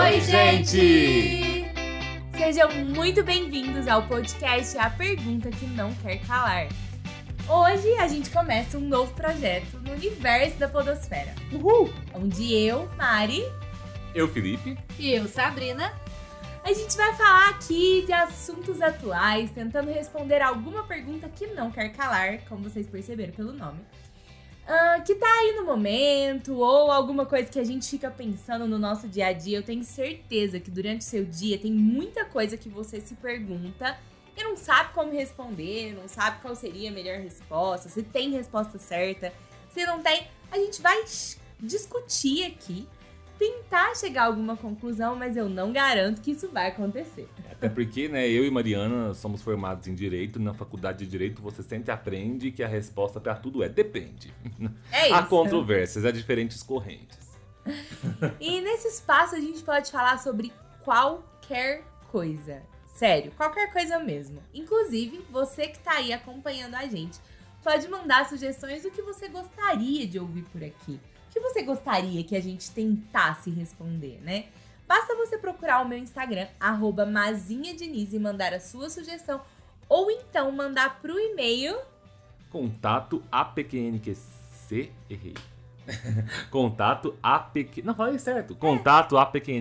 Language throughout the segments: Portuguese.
Oi, gente! Sejam muito bem-vindos ao podcast A Pergunta que Não Quer Calar. Hoje a gente começa um novo projeto no universo da podosfera. Uhul! Onde eu, Mari... Eu, Felipe. E eu, Sabrina. A gente vai falar aqui de assuntos atuais, tentando responder alguma pergunta que não quer calar, como vocês perceberam pelo nome. Que tá aí no momento, ou alguma coisa que a gente fica pensando no nosso dia a dia. Eu tenho certeza que durante o seu dia tem muita coisa que você se pergunta e não sabe como responder, não sabe qual seria a melhor resposta, se tem resposta certa, se não tem. A gente vai discutir aqui, tentar chegar a alguma conclusão, mas eu não garanto que isso vai acontecer. Até porque, né, eu e Mariana somos formados em Direito. Na faculdade de Direito você sempre aprende que a resposta pra tudo é depende. É isso. Há controvérsias, há diferentes correntes. E nesse espaço a gente pode falar sobre qualquer coisa. Sério, qualquer coisa mesmo. Inclusive, você que tá aí acompanhando a gente, pode mandar sugestões do que você gostaria de ouvir por aqui. O que você gostaria que a gente tentasse responder, né? Basta você procurar o meu Instagram, @mazinhadiniz, e mandar a sua sugestão. Ou então mandar pro e-mail... Contato APQNQC... Errei. Contato APQ... Não, falei certo. Contato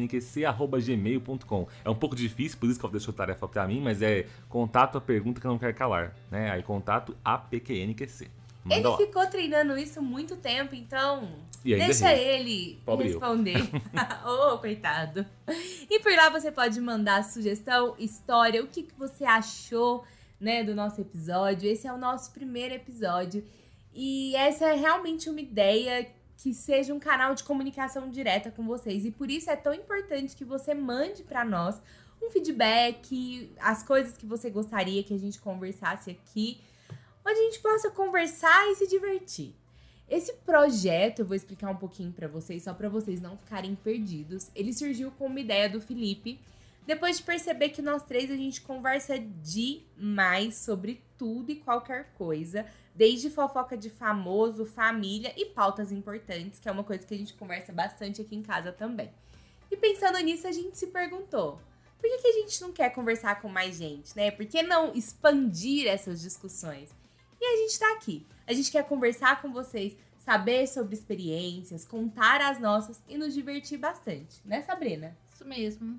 apqnqc@gmail.com. É um pouco difícil, por isso que eu deixo a tarefa pra mim, mas é contato a pergunta que não quer calar, né? Aí contato apqnqc. Ele ficou treinando isso muito tempo, então deixa deixa ele Pobre responder. Oh, coitado. E por lá você pode mandar sugestão, história, o que você achou, né, do nosso episódio. Esse é o nosso primeiro episódio. E essa é realmente uma ideia que seja um canal de comunicação direta com vocês. E por isso é tão importante que você mande pra nós um feedback, as coisas que você gostaria que a gente conversasse aqui, onde a gente possa conversar e se divertir. Esse projeto, eu vou explicar um pouquinho pra vocês, só pra vocês não ficarem perdidos. Ele surgiu com uma ideia do Felipe, depois de perceber que nós três a gente conversa demais sobre tudo e qualquer coisa, desde fofoca de famoso, família e pautas importantes, que é uma coisa que a gente conversa bastante aqui em casa também. E pensando nisso, a gente se perguntou, por que a gente não quer conversar com mais gente, né? Por que não expandir essas discussões? E a gente tá aqui. A gente quer conversar com vocês, saber sobre experiências, contar as nossas e nos divertir bastante. Né, Sabrina? Isso mesmo.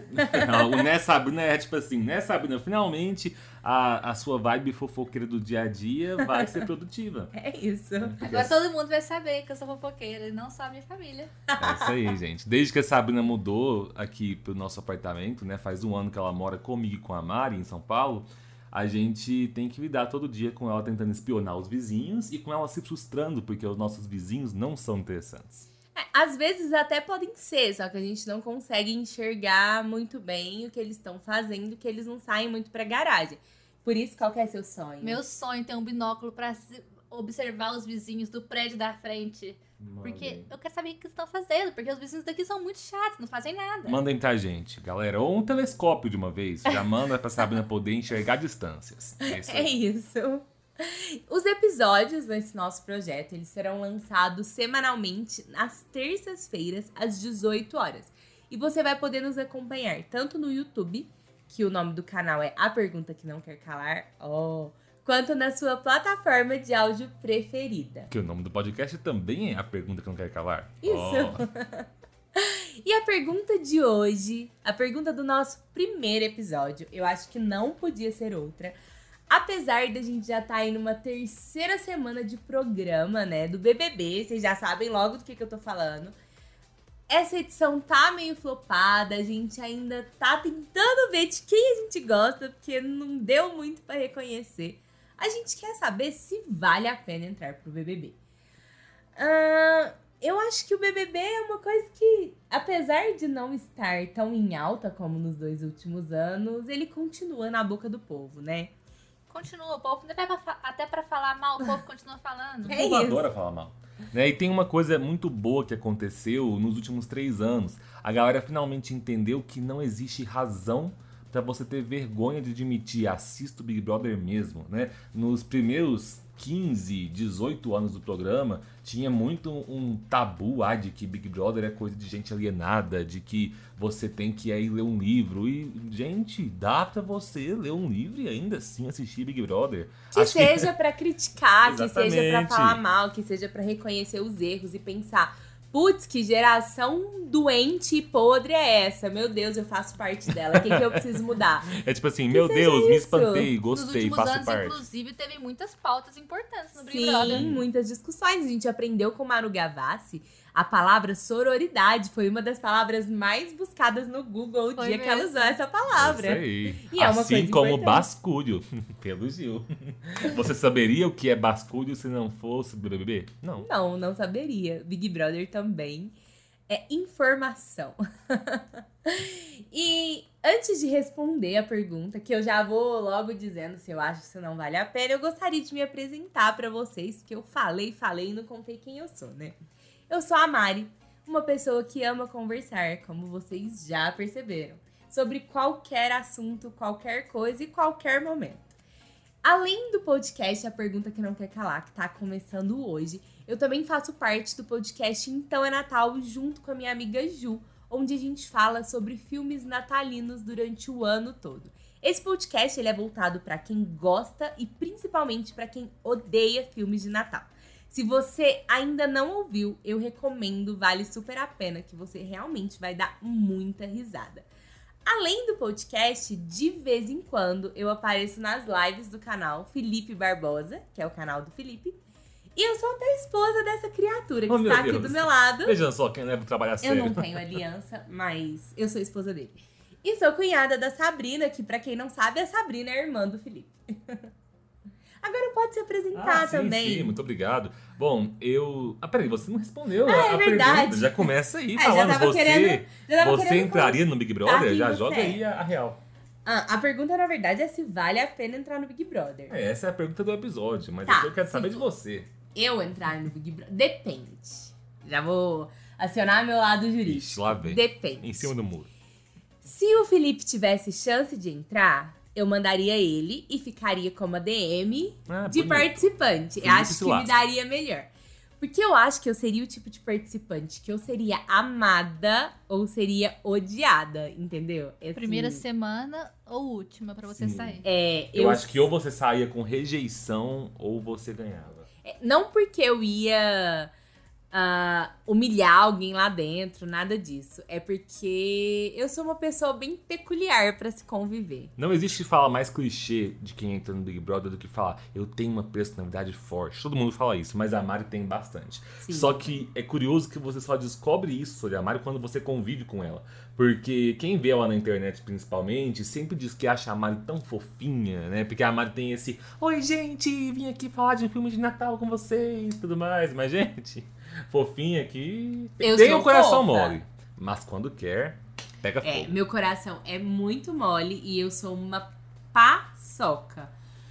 O Né Sabrina é tipo assim, né, Sabrina? Finalmente a sua vibe fofoqueira do dia a dia vai ser produtiva. É isso. Agora todo mundo vai saber que eu sou fofoqueira e não só a minha família. É isso aí, gente. Desde que a Sabrina mudou aqui pro nosso apartamento, né? Faz um ano que ela mora comigo e com a Mari em São Paulo. A gente tem que lidar todo dia com ela tentando espionar os vizinhos e com ela se frustrando porque os nossos vizinhos não são interessantes. Às vezes até podem ser, só que a gente não consegue enxergar muito bem o que eles estão fazendo, que eles não saem muito pra garagem. Por isso, qual que é seu sonho? Meu sonho é ter um binóculo pra observar os vizinhos do prédio da frente. Porque eu quero saber o que estão fazendo, porque os vizinhos daqui são muito chatos, não fazem nada. Mandem pra gente, galera. Ou um telescópio de uma vez. Já manda pra Sabrina poder enxergar distâncias. É isso aí. É isso. Os episódios desse nosso projeto, eles serão lançados semanalmente nas terças-feiras, às 18 horas. E você vai poder nos acompanhar tanto no YouTube, que o nome do canal é A Pergunta Que Não Quer Calar, quanto na sua plataforma de áudio preferida. Que o nome do podcast também é A Pergunta Que Não Quer Calar. Isso. E a pergunta de hoje, a pergunta do nosso primeiro episódio, eu acho que não podia ser outra. Apesar da gente já estar aí numa terceira semana de programa, né, do BBB, vocês já sabem logo do que eu tô falando. Essa edição tá meio flopada, a gente ainda tá tentando ver de quem a gente gosta, porque não deu muito pra reconhecer. A gente quer saber se vale a pena entrar pro BBB. Eu acho que o BBB é uma coisa que, apesar de não estar tão em alta como nos 2 últimos anos, ele continua na boca do povo, né? Continua, o povo, até pra falar mal, o povo continua falando. O povo adora falar mal. Né? E tem uma coisa muito boa que aconteceu nos últimos 3 anos. A galera finalmente entendeu que não existe razão pra você ter vergonha de admitir, assista o Big Brother mesmo, né? Nos primeiros 15, 18 anos do programa, tinha muito um tabu de que Big Brother é coisa de gente alienada, de que você tem que ir ler um livro. E, gente, dá pra você ler um livro e ainda assim assistir Big Brother. Que seja pra criticar, que seja pra Exatamente. falar mal, que seja pra reconhecer os erros e pensar... Putz, que geração doente e podre é essa? Meu Deus, eu faço parte dela. O que eu preciso mudar? É tipo assim, meu Deus, me espantei, Nos gostei, últimos faço anos, parte. inclusive, teve muitas pautas importantes no Big Brother. Sim, muitas discussões. A gente aprendeu com Manu Gavassi. A palavra sororidade foi uma das palavras mais buscadas no Google o Foi dia que ela mesmo. usou essa palavra. Isso aí. E é uma assim coisa como importante. basculho, pelo Gil. Você saberia o que é basculho se não fosse do BBB? Não. Não saberia. Big Brother também é informação. E antes de responder a pergunta, que eu já vou logo dizendo se eu acho que isso não vale a pena, eu gostaria de me apresentar pra vocês, porque eu falei e não contei quem eu sou, né? Eu sou a Mari, uma pessoa que ama conversar, como vocês já perceberam, sobre qualquer assunto, qualquer coisa e qualquer momento. Além do podcast A Pergunta Que Não Quer Calar, que tá começando hoje, eu também faço parte do podcast Então é Natal, junto com a minha amiga Ju, onde a gente fala sobre filmes natalinos durante o ano todo. Esse podcast ele é voltado para quem gosta e principalmente para quem odeia filmes de Natal. Se você ainda não ouviu, eu recomendo, vale super a pena, que você realmente vai dar muita risada. Além do podcast, de vez em quando eu apareço nas lives do canal Felipe Barbosa, que é o canal do Felipe. E eu sou até a esposa dessa criatura que Oh, meu está aqui Deus. do meu lado. Vejam só quem leva o trabalho a Eu sério. não tenho aliança, mas eu sou esposa dele. E sou cunhada da Sabrina, que pra quem não sabe, a Sabrina é a irmã do Felipe. Agora pode se apresentar sim, também. Sim, muito obrigado. Bom, eu... peraí, você não respondeu é a verdade. pergunta. Já começa aí Já falando. tava querendo Você entraria no Big Brother? quem Já você joga é. aí a real. A pergunta, na verdade, é se vale a pena entrar no Big Brother. Essa é a pergunta do episódio, mas Tá, eu quero saber se de você. Eu entrar no Big Brother? Depende. Já vou acionar meu lado jurídico. Ixi, lá vem. Depende. Em cima do muro. Se o Felipe tivesse chance de entrar, eu mandaria ele e ficaria como a DM de bonito. participante. Felipe Eu acho se que me lasca. daria melhor. Porque eu acho que eu seria o tipo de participante que eu seria amada ou seria odiada, entendeu? Assim, Primeira semana ou última pra você Sim. sair. Eu acho que ou você saía com rejeição ou você ganhava. Não porque eu ia humilhar alguém lá dentro, nada disso. É porque eu sou uma pessoa bem peculiar pra se conviver. Não existe fala mais clichê de quem entra no Big Brother do que falar eu tenho uma personalidade forte. Todo mundo fala isso, mas a Mari tem bastante. Sim. Só que é curioso que você só descobre isso sobre a Mari quando você convive com ela. Porque quem vê ela na internet, principalmente, sempre diz que acha a Mari tão fofinha, né? Porque a Mari tem esse oi, gente, vim aqui falar de um filme de Natal com vocês e tudo mais. Mas, gente, fofinha aqui Eu tem sou o coração fofa. mole. Mas quando quer, pega fogo. Meu coração é muito mole e eu sou uma paçoca.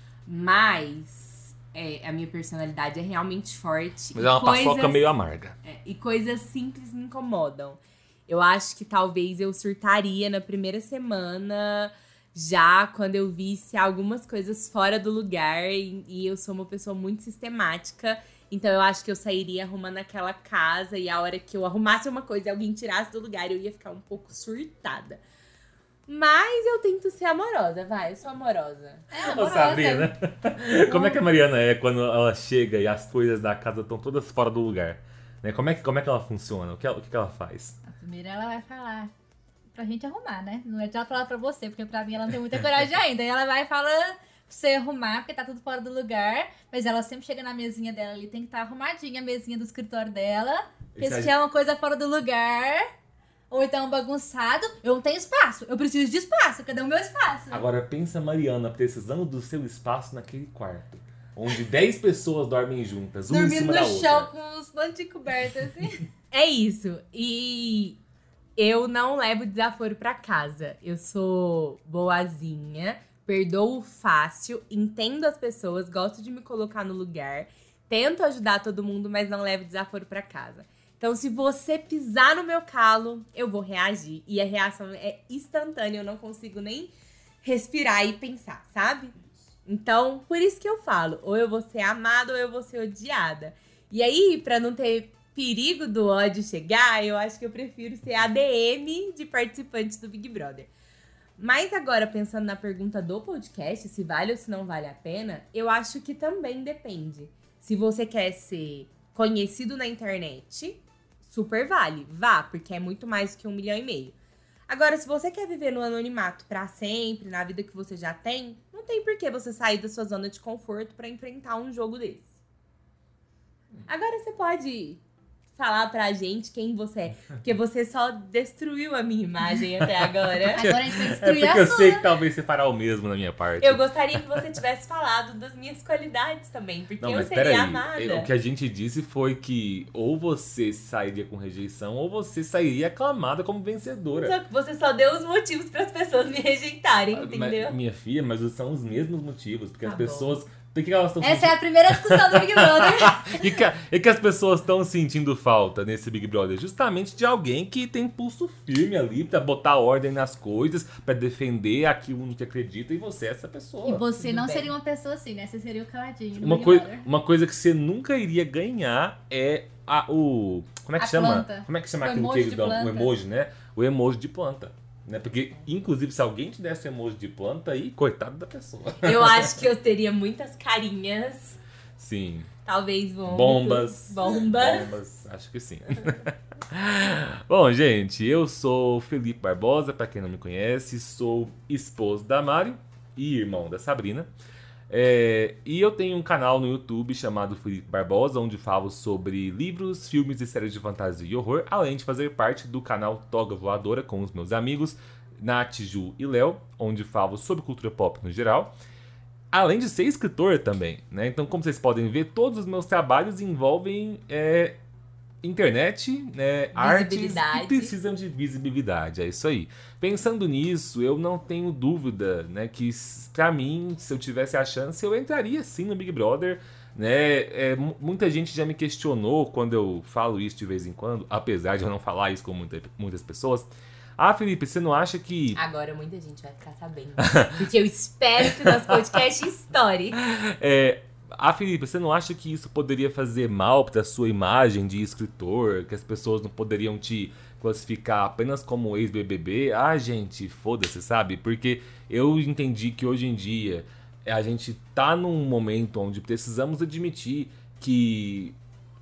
Mas a minha personalidade é realmente forte. Mas e é uma paçoca meio amarga. E coisas simples me incomodam. Eu acho que talvez eu surtaria na primeira semana, já quando eu visse algumas coisas fora do lugar. E eu sou uma pessoa muito sistemática. Então eu acho que eu sairia arrumando aquela casa e a hora que eu arrumasse uma coisa e alguém tirasse do lugar, eu ia ficar um pouco surtada. Mas eu tento ser amorosa, vai, eu sou amorosa. Ô, Sabrina, como é que a Mariana é quando ela chega e as coisas da casa estão todas fora do lugar? Né? Como é que ela funciona? O que ela faz? Primeiro ela vai falar pra gente arrumar, né? Não é de ela falar pra você, porque pra mim ela não tem muita coragem ainda. E ela vai falar pra você arrumar, porque tá tudo fora do lugar. Mas ela sempre chega na mesinha dela ali, tem que estar arrumadinha a mesinha do escritório dela. Porque se tiver uma coisa fora do lugar, ou então bagunçado, eu não tenho espaço. Eu preciso de espaço. Cadê o meu espaço? Agora pensa a Mariana precisando do seu espaço naquele quarto. Onde 10 pessoas dormem juntas, uma em Dormindo cima da no outra. chão com os montes de cobertas, assim. É isso. E eu não levo desaforo pra casa. Eu sou boazinha, perdoo fácil, entendo as pessoas, gosto de me colocar no lugar, tento ajudar todo mundo, mas não levo desaforo pra casa. Então, se você pisar no meu calo, eu vou reagir. E a reação é instantânea, eu não consigo nem respirar e pensar, sabe? Então, por isso que eu falo, ou eu vou ser amada ou eu vou ser odiada. E aí, pra não ter perigo do ódio chegar, eu acho que eu prefiro ser ADM de participante do Big Brother. Mas agora, pensando na pergunta do podcast, se vale ou se não vale a pena, eu acho que também depende. Se você quer ser conhecido na internet, super vale. Vá, porque é muito mais que 1,5 milhão. Agora, se você quer viver no anonimato pra sempre, na vida que você já tem, não tem por que você sair da sua zona de conforto pra enfrentar um jogo desse. Agora você pode falar pra gente quem você é, porque você só destruiu a minha imagem até agora. Agora a gente vai É destruir porque a eu sua. sei que talvez você fará o mesmo na minha parte. Eu gostaria que você tivesse falado das minhas qualidades também, porque eu seria amada. O que a gente disse foi que ou você sairia com rejeição ou você sairia aclamada como vencedora. Só que você só deu os motivos para as pessoas me rejeitarem, entendeu? Minha filha, mas são os mesmos motivos, porque Tá as bom. pessoas... Por que elas estão Essa é a primeira discussão do Big Brother. E que as pessoas estão sentindo falta nesse Big Brother? Justamente de alguém que tem pulso firme ali pra botar ordem nas coisas, pra defender aquilo no que acredita, e você é essa pessoa. E você Tudo não bem. seria uma pessoa assim, né? Você seria o caladinho do Uma, Big coi Brother. uma coisa que você nunca iria ganhar é como é que A chama? planta. Como é que chama O aquilo que emoji eles de dão? planta. O emoji, né? O emoji de planta. Né? Porque, inclusive, se alguém te desse o emoji de planta, aí, coitado da pessoa. Eu acho que eu teria muitas carinhas, Sim. talvez vômitos, Bombas, acho que sim. Bom, gente, eu sou Felipe Barbosa, pra quem não me conhece, sou esposo da Mari e irmão da Sabrina. E eu tenho um canal no YouTube chamado Felipe Barbosa, onde falo sobre livros, filmes e séries de fantasia e horror, além de fazer parte do canal Toga Voadora com os meus amigos Nath, Ju e Léo, onde falo sobre cultura pop no geral. Além de ser escritor também, né? Então, como vocês podem ver, todos os meus trabalhos envolvem internet, né, artes e precisam de visibilidade, é isso aí. Pensando nisso, eu não tenho dúvida, né, que pra mim, se eu tivesse a chance, eu entraria sim no Big Brother, né? Muita gente já me questionou quando eu falo isso de vez em quando, apesar de eu não falar isso com muitas pessoas. Ah, Felipe, você não acha que... Agora muita gente vai ficar sabendo, porque eu espero que o nosso podcast estoure. Felipe, você não acha que isso poderia fazer mal pra sua imagem de escritor? Que as pessoas não poderiam te classificar apenas como ex-BBB? Ah, gente, foda-se, sabe? Porque eu entendi que hoje em dia a gente tá num momento onde precisamos admitir que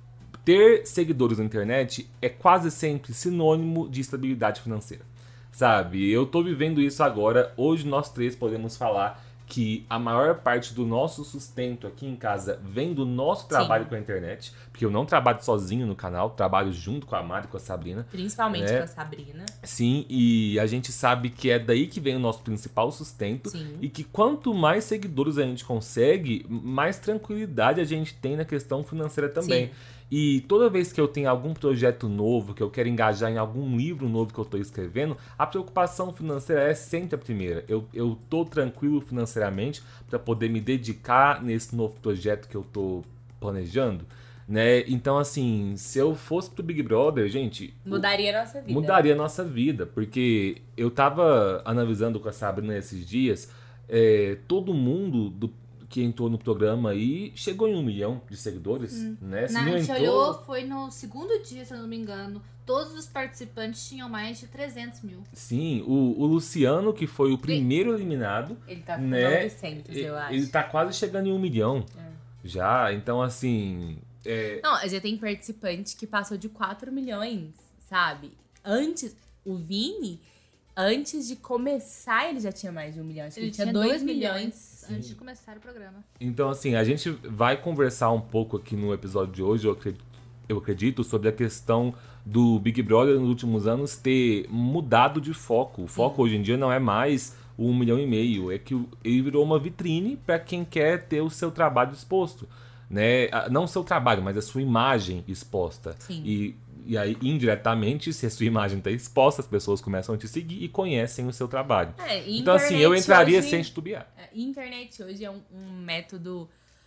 ter seguidores na internet é quase sempre sinônimo de estabilidade financeira, sabe? Eu tô vivendo isso agora. Hoje nós três podemos falar que a maior parte do nosso sustento aqui em casa vem do nosso trabalho com a internet, porque eu não trabalho sozinho no canal, trabalho junto com a Mari e com a Sabrina. Principalmente com a Sabrina. Sim, e a gente sabe que é daí que vem o nosso principal sustento. Sim. E que quanto mais seguidores a gente consegue, mais tranquilidade a gente tem na questão financeira também. Sim. E toda vez que eu tenho algum projeto novo, que eu quero engajar em algum livro novo que eu estou escrevendo, a preocupação financeira é sempre a primeira. Eu tô tranquilo financeiramente para poder me dedicar nesse novo projeto que eu tô planejando, né? Então, assim, se eu fosse pro Big Brother, gente... Mudaria a nossa vida. Mudaria a nossa vida, porque eu tava analisando com a Sabrina esses dias, todo mundo que entrou no programa aí chegou em 1 milhão de seguidores, né? Se A não gente entrou... olhou, foi no segundo dia, se eu não me engano. Todos os participantes tinham mais de 300 mil. Sim, o Luciano, que foi o primeiro eliminado, Ele tá com né? 900, eu acho. Ele tá quase chegando em 1 milhão já, então assim... Não, já tem participante que passou de 4 milhões, sabe? Antes, o Vini, antes de começar, ele já tinha mais de 1 milhão. Acho que ele tinha 2 milhões. Antes de começar o programa. Então, assim, a gente vai conversar um pouco aqui no episódio de hoje, eu acredito, sobre a questão do Big Brother nos últimos anos ter mudado de foco. O foco hoje em dia não é mais o 1,5 milhão, é que ele virou uma vitrine para quem quer ter o seu trabalho exposto, né? Não o seu trabalho, mas a sua imagem exposta. Sim. E aí, indiretamente, se a sua imagem está exposta, as pessoas começam a te seguir e conhecem o seu trabalho. Então, assim, eu entraria sem titubear. Internet hoje é um método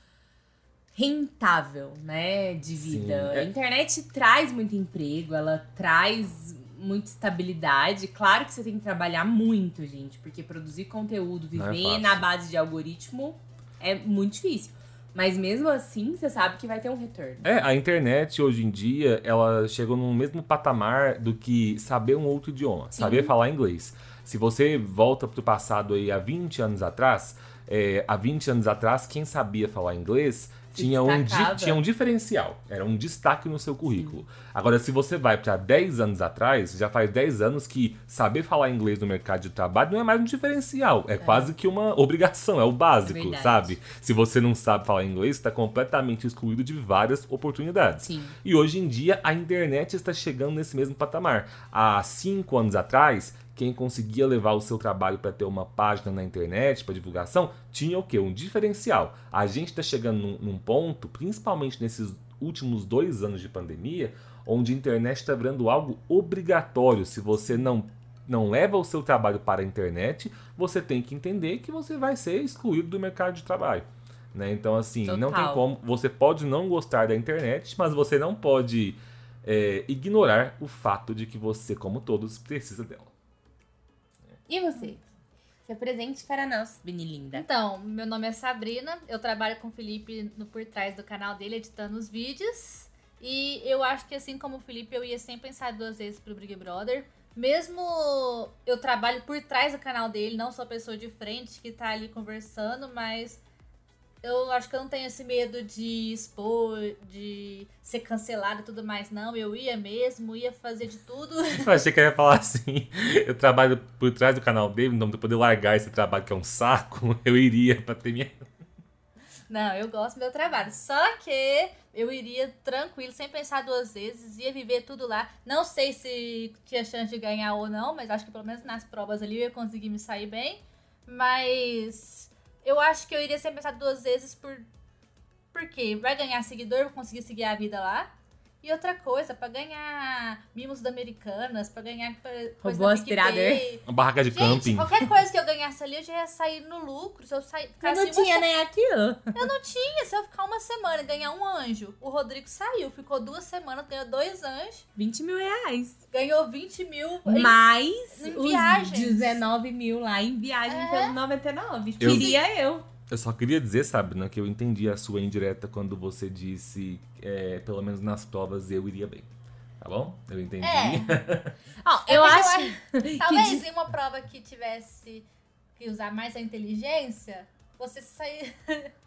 rentável, né, de vida. Sim, A internet traz muito emprego, ela traz muita estabilidade. Claro que você tem que trabalhar muito, gente, porque produzir conteúdo, Não é viver fácil. na base de algoritmo, é muito difícil. Mas mesmo assim, você sabe que vai ter um retorno. A internet hoje em dia, ela chegou no mesmo patamar do que saber um outro idioma, saber falar inglês. Se você volta pro passado aí há 20 anos atrás, quem sabia falar inglês tinha um diferencial, era um destaque no seu currículo. Sim. Agora, se você vai para 10 anos atrás, já faz 10 anos que saber falar inglês no mercado de trabalho não é mais um diferencial, é quase que uma obrigação, é o básico, sabe? Se você não sabe falar inglês, está completamente excluído de várias oportunidades. Sim. E hoje em dia, a internet está chegando nesse mesmo patamar. Há 5 anos atrás, quem conseguia levar o seu trabalho para ter uma página na internet, para divulgação, tinha o quê? Um diferencial. A gente está chegando num ponto, principalmente nesses últimos 2 anos de pandemia, onde a internet está virando algo obrigatório. Se você não leva o seu trabalho para a internet, você tem que entender que você vai ser excluído do mercado de trabalho. Né? Então, assim, Total. não tem como. Você pode não gostar da internet, mas você não pode ignorar o fato de que você, como todos, precisa dela. E você? Se apresente para nós, Bini linda. Então, meu nome é Sabrina, eu trabalho com o Felipe no Por Trás do canal dele, editando os vídeos. E eu acho que assim como o Felipe, eu ia sempre pensar 2 vezes pro Big Brother. Mesmo eu trabalho por trás do canal dele, não sou a pessoa de frente que tá ali conversando, mas eu acho que eu não tenho esse medo de expor, de ser cancelado e tudo mais, não. Eu ia mesmo, ia fazer de tudo. Eu achei que eu ia falar assim, eu trabalho por trás do canal dele, então pra poder largar esse trabalho que é um saco, eu iria pra ter minha... Não, eu gosto do meu trabalho, só que eu iria tranquilo, sem pensar 2 vezes, ia viver tudo lá. Não sei se tinha chance de ganhar ou não, mas acho que pelo menos nas provas ali eu ia conseguir me sair bem. Mas eu acho que eu iria sem pensar 2 vezes porque vai ganhar seguidor, vou conseguir seguir a vida lá. E outra coisa, pra ganhar mimos da Americanas, pra ganhar coisa Robô da aspirador. PicPay. Uma barraca de camping. Qualquer coisa que eu ganhasse ali, eu já ia sair no lucro. Se eu Eu ficasse não tinha nem aquilo. Eu não tinha. Se eu ficar 1 semana e ganhar 1 anjo. O Rodrigo saiu, ficou 2 semanas, ganhou 2 anjos. 20 mil reais. Ganhou 20 mil. Mais em os viagens. 19 mil lá em viagem pelo 99. Queria eu. Eu só queria dizer, Sabrina, que eu entendi a sua indireta quando você disse, pelo menos nas provas, eu iria bem. Tá bom? Eu entendi. Eu acho... Talvez em uma prova que tivesse que usar mais a inteligência, você sair...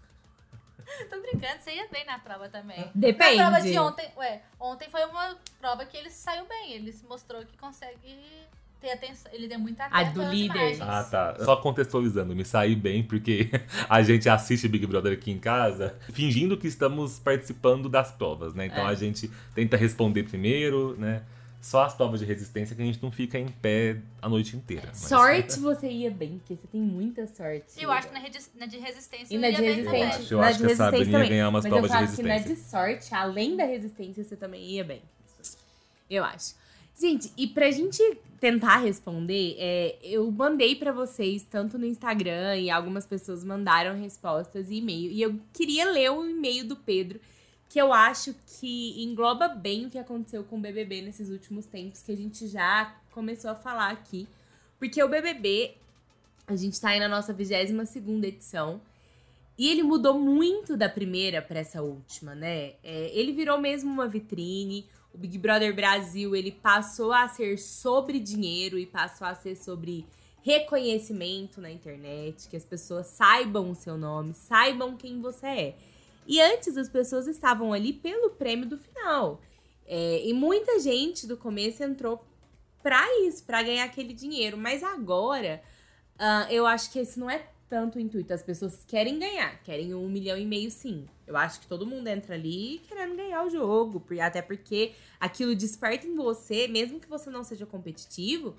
Tô brincando, você ia bem na prova também. Depende. Na prova de ontem... Ontem foi uma prova que ele saiu bem. Ele se mostrou que consegue... ter atenção, ele deu muita atenção. A do líder. Ah, tá. Só contextualizando, me saí bem porque a gente assiste Big Brother aqui em casa fingindo que estamos participando das provas, né? Então a gente tenta responder primeiro, né? Só as provas de resistência que a gente não fica em pé a noite inteira. Mas... Sorte você ia bem, porque você tem muita sorte. Eu acho que na de resistência e na de resistência, eu acho que a Sabrina ia ganhar umas mas provas de eu resistência. acho que na de sorte, além da resistência, você também ia bem. Eu acho. Gente, e pra gente tentar responder, eu mandei pra vocês, tanto no Instagram, e algumas pessoas mandaram respostas e e-mail. E eu queria ler o e-mail do Pedro, que eu acho que engloba bem o que aconteceu com o BBB nesses últimos tempos, que a gente já começou a falar aqui. Porque o BBB, a gente tá aí na nossa 22ª edição, e ele mudou muito da primeira pra essa última, né? Ele virou mesmo uma vitrine. O Big Brother Brasil, ele passou a ser sobre dinheiro e passou a ser sobre reconhecimento na internet, que as pessoas saibam o seu nome, saibam quem você é. E antes as pessoas estavam ali pelo prêmio do final. E muita gente do começo entrou pra isso, pra ganhar aquele dinheiro. Mas agora, eu acho que esse não é tanto o intuito. As pessoas querem ganhar, querem 1,5 milhão sim. Eu acho que todo mundo entra ali querendo ganhar o jogo. Até porque aquilo desperta em você, mesmo que você não seja competitivo,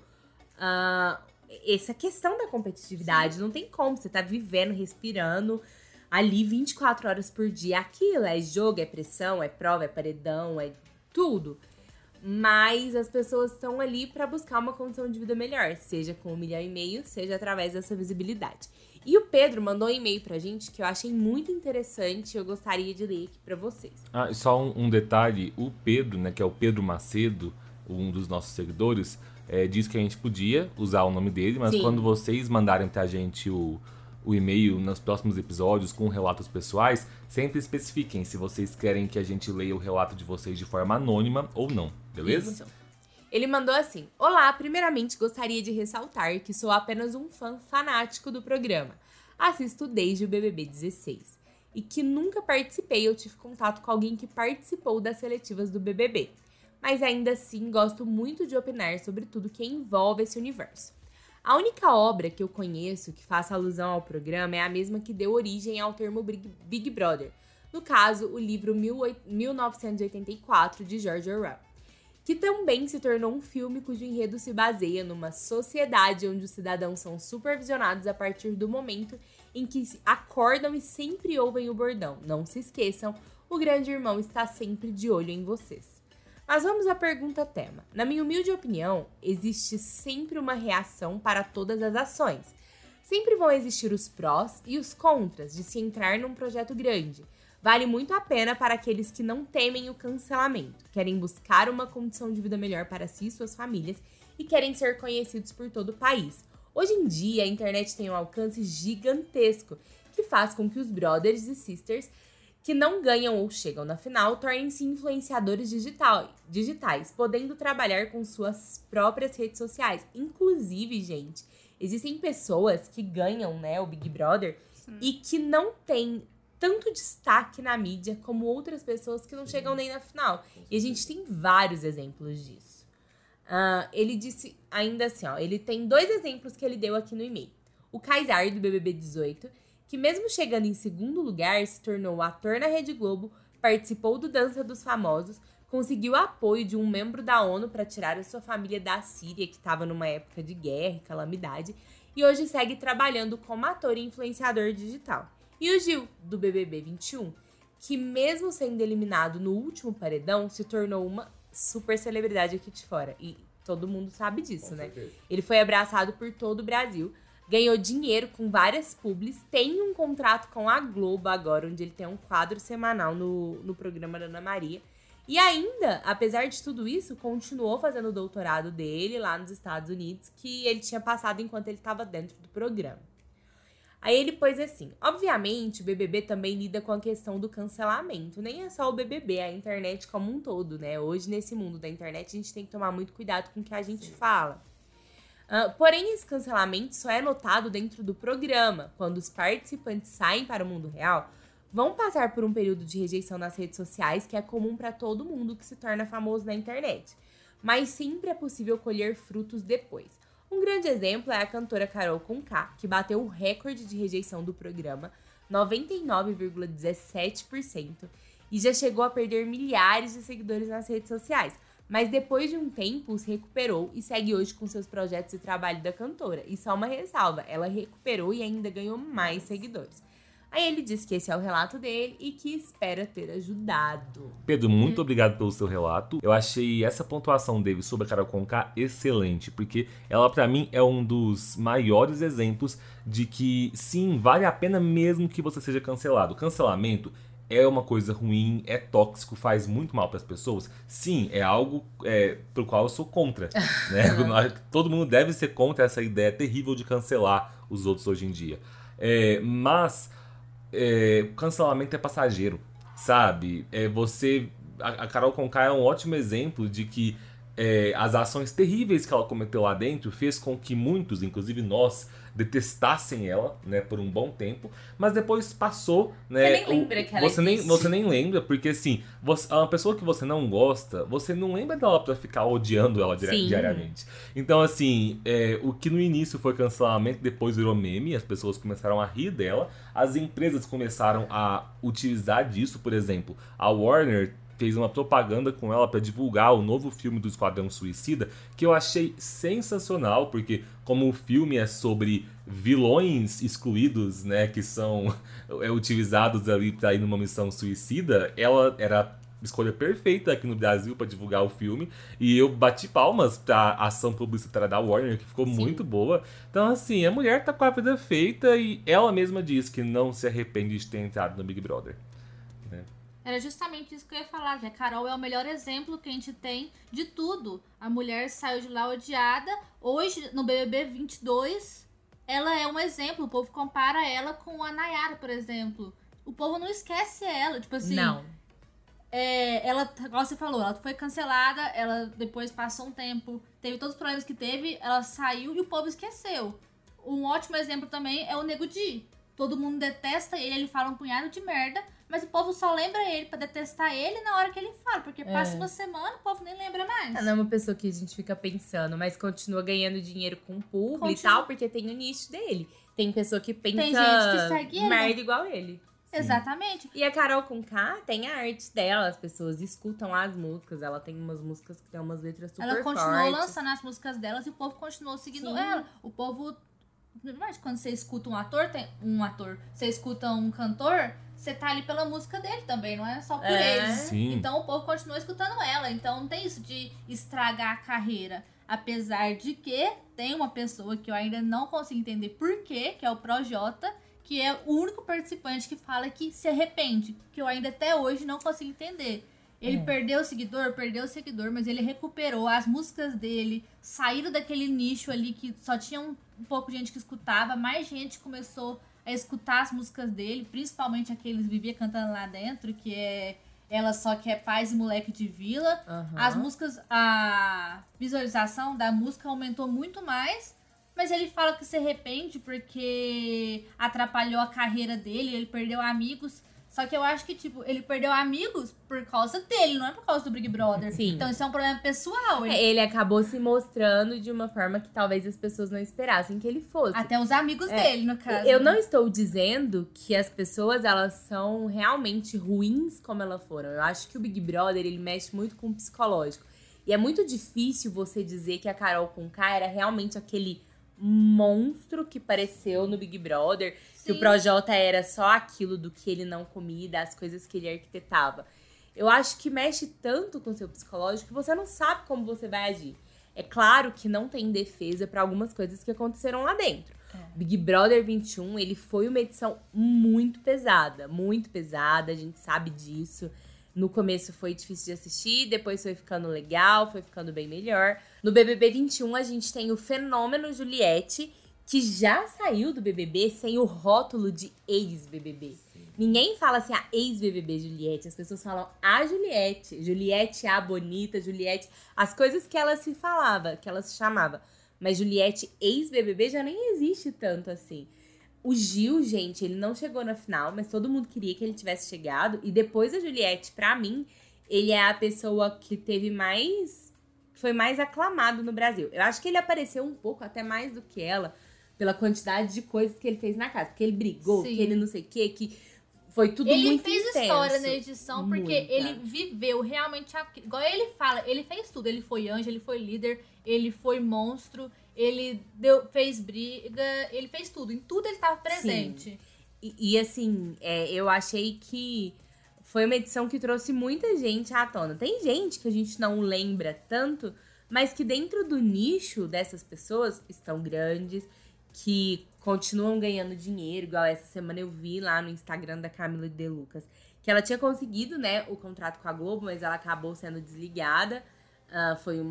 essa questão da competitividade. Sim. Não tem como, você tá vivendo, respirando ali 24 horas por dia. Aquilo é jogo, é pressão, é prova, é paredão, é tudo. Mas as pessoas estão ali pra buscar uma condição de vida melhor, seja com 1,5 milhão, seja através dessa visibilidade. E o Pedro mandou um e-mail pra gente que eu achei muito interessante, eu gostaria de ler aqui pra vocês. E só um detalhe, o Pedro, né, que é o Pedro Macedo, um dos nossos seguidores, disse que a gente podia usar o nome dele, mas Sim. Quando vocês mandarem pra gente o o e-mail nos próximos episódios com relatos pessoais, sempre especifiquem se vocês querem que a gente leia o relato de vocês de forma anônima ou não, beleza? Isso. Ele mandou assim: Olá, primeiramente gostaria de ressaltar que sou apenas um fã fanático do programa. Assisto desde o BBB 16. E que nunca participei ou tive contato com alguém que participou das seletivas do BBB. Mas ainda assim gosto muito de opinar sobre tudo que envolve esse universo. A única obra que eu conheço que faça alusão ao programa é a mesma que deu origem ao termo Big Brother. No caso, o livro 1984 de George Orwell, que também se tornou um filme cujo enredo se baseia numa sociedade onde os cidadãos são supervisionados a partir do momento em que acordam e sempre ouvem o bordão. Não se esqueçam, o grande irmão está sempre de olho em vocês. Mas vamos à pergunta tema. Na minha humilde opinião, existe sempre uma reação para todas as ações. Sempre vão existir os prós e os contras de se entrar num projeto grande. Vale muito a pena para aqueles que não temem o cancelamento, querem buscar uma condição de vida melhor para si e suas famílias e querem ser conhecidos por todo o país. Hoje em dia, a internet tem um alcance gigantesco, que faz com que os brothers e sisters que não ganham ou chegam na final tornem-se influenciadores digitais, podendo trabalhar com suas próprias redes sociais. Inclusive, gente, existem pessoas que ganham, né, o Big Brother e que não têm tanto destaque na mídia como outras pessoas que não chegam nem na final. E a gente tem vários exemplos disso. Ele disse ainda assim, ó, ele tem 2 exemplos que ele deu aqui no e-mail. O Kaysar, do BBB 18, que mesmo chegando em segundo lugar, se tornou ator na Rede Globo, participou do Dança dos Famosos, conseguiu apoio de um membro da ONU para tirar a sua família da Síria, que estava numa época de guerra e calamidade, e hoje segue trabalhando como ator e influenciador digital. E o Gil, do BBB 21, que mesmo sendo eliminado no último paredão, se tornou uma super celebridade aqui de fora. E todo mundo sabe disso, né? Ele foi abraçado por todo o Brasil, ganhou dinheiro com várias publis, tem um contrato com a Globo agora, onde ele tem um quadro semanal no programa da Ana Maria. E ainda, apesar de tudo isso, continuou fazendo o doutorado dele lá nos Estados Unidos, que ele tinha passado enquanto ele estava dentro do programa. Aí ele pôs assim: obviamente o BBB também lida com a questão do cancelamento. Nem é só o BBB, é a internet como um todo, né? Hoje, nesse mundo da internet, a gente tem que tomar muito cuidado com o que a gente fala. Porém, esse cancelamento só é notado dentro do programa. Quando os participantes saem para o mundo real, vão passar por um período de rejeição nas redes sociais, que é comum para todo mundo que se torna famoso na internet. Mas sempre é possível colher frutos depois. Um grande exemplo é a cantora Carol Conká, que bateu o recorde de rejeição do programa, 99,17%, e já chegou a perder milhares de seguidores nas redes sociais. Mas depois de um tempo se recuperou e segue hoje com seus projetos e trabalho da cantora. E só uma ressalva, ela recuperou e ainda ganhou mais seguidores. Aí ele disse que esse é o relato dele e que espera ter ajudado. Pedro, muito obrigado pelo seu relato. Eu achei essa pontuação dele sobre a Carol Conká excelente, porque ela pra mim é um dos maiores exemplos de que sim, vale a pena mesmo que você seja cancelado. Cancelamento é uma coisa ruim, é tóxico, faz muito mal para as pessoas. Sim, é algo pro qual eu sou contra. Né? Todo mundo deve ser contra essa ideia terrível de cancelar os outros hoje em dia. Mas cancelamento é passageiro, sabe? A Carol Conká é um ótimo exemplo de que as ações terríveis que ela cometeu lá dentro fez com que muitos, inclusive nós, detestassem ela, né, por um bom tempo, mas depois passou, né? Você nem lembra que ela existe. Você nem lembra, porque assim, uma pessoa que você não gosta, você não lembra dela pra ficar odiando ela diariamente. Então, assim, o que no início foi cancelamento, depois virou meme, as pessoas começaram a rir dela, as empresas começaram a utilizar disso, por exemplo, a Warner fez uma propaganda com ela para divulgar o novo filme do Esquadrão Suicida, que eu achei sensacional, porque como o filme é sobre vilões excluídos, né, que são utilizados ali para ir numa missão suicida, ela era a escolha perfeita aqui no Brasil para divulgar o filme, e eu bati palmas pra ação publicitária da Warner, que ficou muito boa. Então, assim, a mulher tá com a vida feita e ela mesma diz que não se arrepende de ter entrado no Big Brother. Era justamente isso que eu ia falar, que a Carol é o melhor exemplo que a gente tem de tudo. A mulher saiu de lá odiada, hoje no BBB 22 ela é um exemplo. O povo compara ela com a Nayara, por exemplo. O povo não esquece ela, tipo assim... Não. Ela, igual você falou, ela foi cancelada, ela depois passou um tempo, teve todos os problemas que teve, ela saiu e o povo esqueceu. Um ótimo exemplo também é o Nego Di. Todo mundo detesta ele fala um punhado de merda, mas o povo só lembra ele pra detestar ele na hora que ele fala, porque passa uma semana o povo nem lembra mais. Ela não é uma pessoa que a gente fica pensando, mas continua ganhando dinheiro com o público e tal, porque tem o nicho dele. Tem pessoa que pensa Tem gente que segue ele. merda igual ele. Exatamente. E a Carol Conká tem a arte dela, as pessoas escutam as músicas, ela tem umas músicas que tem umas letras super fortes. Ela continuou lançando as músicas delas e o povo continuou seguindo ela. O povo... Mas quando você escuta você escuta um cantor, você tá ali pela música dele também, não é só por ele. Sim. Então o povo continua escutando ela. Então não tem isso de estragar a carreira. Apesar de que tem uma pessoa que eu ainda não consigo entender por quê, que é o Projota, que é o único participante que fala que se arrepende. Que eu ainda até hoje não consigo entender. Ele perdeu o seguidor, mas ele recuperou as músicas dele, saíram daquele nicho ali que só tinha um pouco de gente que escutava, mais gente começou a escutar as músicas dele, principalmente aqueles que vivia cantando lá dentro, que é Ela Só Quer Paz e Moleque de Vila. As músicas, a visualização da música aumentou muito mais, mas ele fala que se arrepende porque atrapalhou a carreira dele, ele perdeu amigos. Só que eu acho que, tipo, ele perdeu amigos por causa dele, não é por causa do Big Brother. Sim. Então isso é um problema pessoal. Ele acabou se mostrando de uma forma que talvez as pessoas não esperassem que ele fosse. Até os amigos dele, no caso. Eu não estou dizendo que as pessoas, elas são realmente ruins como elas foram. Eu acho que o Big Brother, ele mexe muito com o psicológico. E é muito difícil você dizer que a Carol Conká era realmente aquele monstro que apareceu no Big Brother. Que o Projota era só aquilo do que ele não comia, das coisas que ele arquitetava. Eu acho que mexe tanto com o seu psicológico que você não sabe como você vai agir. É claro que não tem defesa para algumas coisas que aconteceram lá dentro. Big Brother 21, ele foi uma edição muito pesada, a gente sabe disso. No começo foi difícil de assistir, depois foi ficando legal, foi ficando bem melhor. No BBB 21, a gente tem o fenômeno Juliette, que já saiu do BBB sem o rótulo de ex-BBB. Ninguém fala assim, a ex-BBB Juliette. As pessoas falam a Juliette. Juliette a bonita, Juliette... As coisas que ela se falava, que ela se chamava. Mas Juliette ex-BBB já nem existe tanto assim. O Gil, gente, ele não chegou na final, mas todo mundo queria que ele tivesse chegado. E depois da Juliette, pra mim, ele é a pessoa que teve mais... Foi mais aclamado no Brasil. Eu acho que ele apareceu um pouco, até mais do que ela... Pela quantidade de coisas que ele fez na casa. Porque ele brigou, que ele não sei o quê, que foi tudo muito intenso. Ele fez história na edição porque ele viveu realmente... Igual ele fala, ele fez tudo. Ele foi anjo, ele foi líder, ele foi monstro, ele fez briga, ele fez tudo. Em tudo ele estava presente. E assim, eu achei que foi uma edição que trouxe muita gente à tona. Tem gente que a gente não lembra tanto, mas que dentro do nicho dessas pessoas estão grandes, que continuam ganhando dinheiro, igual essa semana eu vi lá no Instagram da Camila De Lucas, que ela tinha conseguido, né, o contrato com a Globo, mas ela acabou sendo desligada. Foi